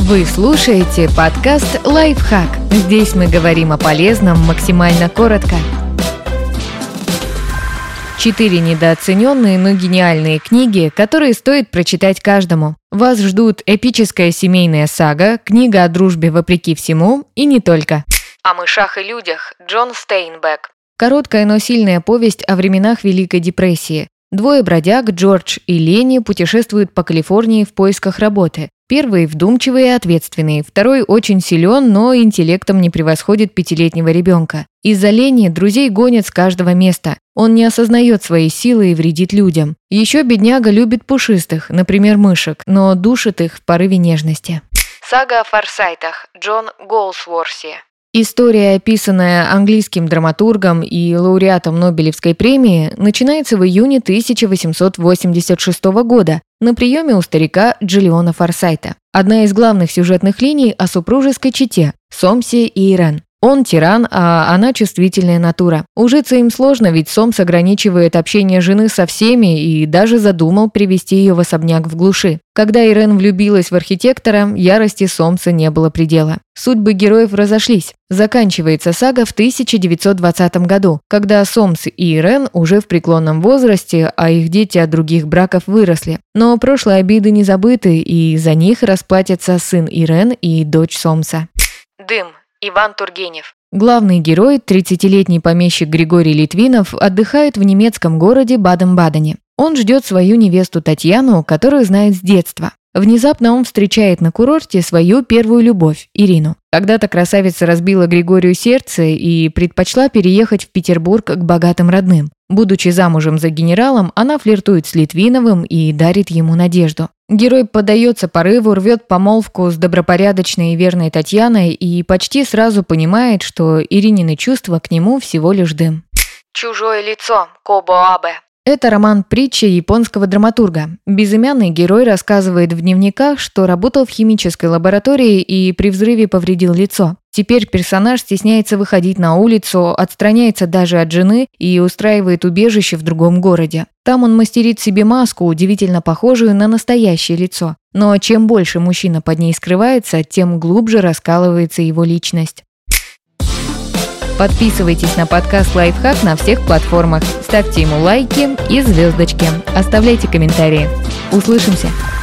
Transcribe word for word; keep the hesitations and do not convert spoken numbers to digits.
Вы слушаете подкаст «Лайфхак». Здесь мы говорим о полезном максимально коротко. Четыре недооцененные, но гениальные книги, которые стоит прочитать каждому. Вас ждут эпическая семейная сага, книга о дружбе вопреки всему и не только. О мышах и людях. Джон Стейнбек. Короткая, но сильная повесть о временах Великой депрессии. Двое бродяг, Джордж и Ленни, путешествуют по Калифорнии в поисках работы. Первый вдумчивый и ответственный, второй очень силен, но интеллектом не превосходит пятилетнего ребенка. Из-за лени друзей гонят с каждого места. Он не осознает своей силы и вредит людям. Еще бедняга любит пушистых, например, мышек, но душит их в порыве нежности. Сага о Форсайтах. Джон Голсуорси. История, описанная английским драматургом и лауреатом Нобелевской премии, начинается в июне тысяча восемьсот восемьдесят шестого года на приеме у старика Джиллиона Форсайта. Одна из главных сюжетных линий о супружеской чете – Сомсе и Ирен. Он тиран, а она чувствительная натура. Ужиться им сложно, ведь Сомс ограничивает общение жены со всеми и даже задумал привести ее в особняк в глуши. Когда Ирен влюбилась в архитектора, ярости Сомса не было предела. Судьбы героев разошлись. Заканчивается сага в тысяча девятьсот двадцатом году, когда Сомс и Ирен уже в преклонном возрасте, а их дети от других браков выросли. Но прошлые обиды не забыты, и за них расплатятся сын Ирен и дочь Сомса. Дым. Иван Тургенев. Главный герой, тридцатилетний помещик Григорий Литвинов, отдыхает в немецком городе Баден-Бадене. Он ждет свою невесту Татьяну, которую знает с детства. Внезапно он встречает на курорте свою первую любовь – Ирину. Когда-то красавица разбила Григорию сердце и предпочла переехать в Петербург к богатым родным. Будучи замужем за генералом, она флиртует с Литвиновым и дарит ему надежду. Герой поддается порыву, рвет помолвку с добропорядочной и верной Татьяной и почти сразу понимает, что Иринины чувства к нему всего лишь дым. Чужое лицо. Кобо Абе. Это роман-притча японского драматурга. Безымянный герой рассказывает в дневниках, что работал в химической лаборатории и при взрыве повредил лицо. Теперь персонаж стесняется выходить на улицу, отстраняется даже от жены и устраивает убежище в другом городе. Там он мастерит себе маску, удивительно похожую на настоящее лицо. Но чем больше мужчина под ней скрывается, тем глубже раскалывается его личность. Подписывайтесь на подкаст «Лайфхак» на всех платформах, ставьте ему лайки и звездочки, оставляйте комментарии. Услышимся!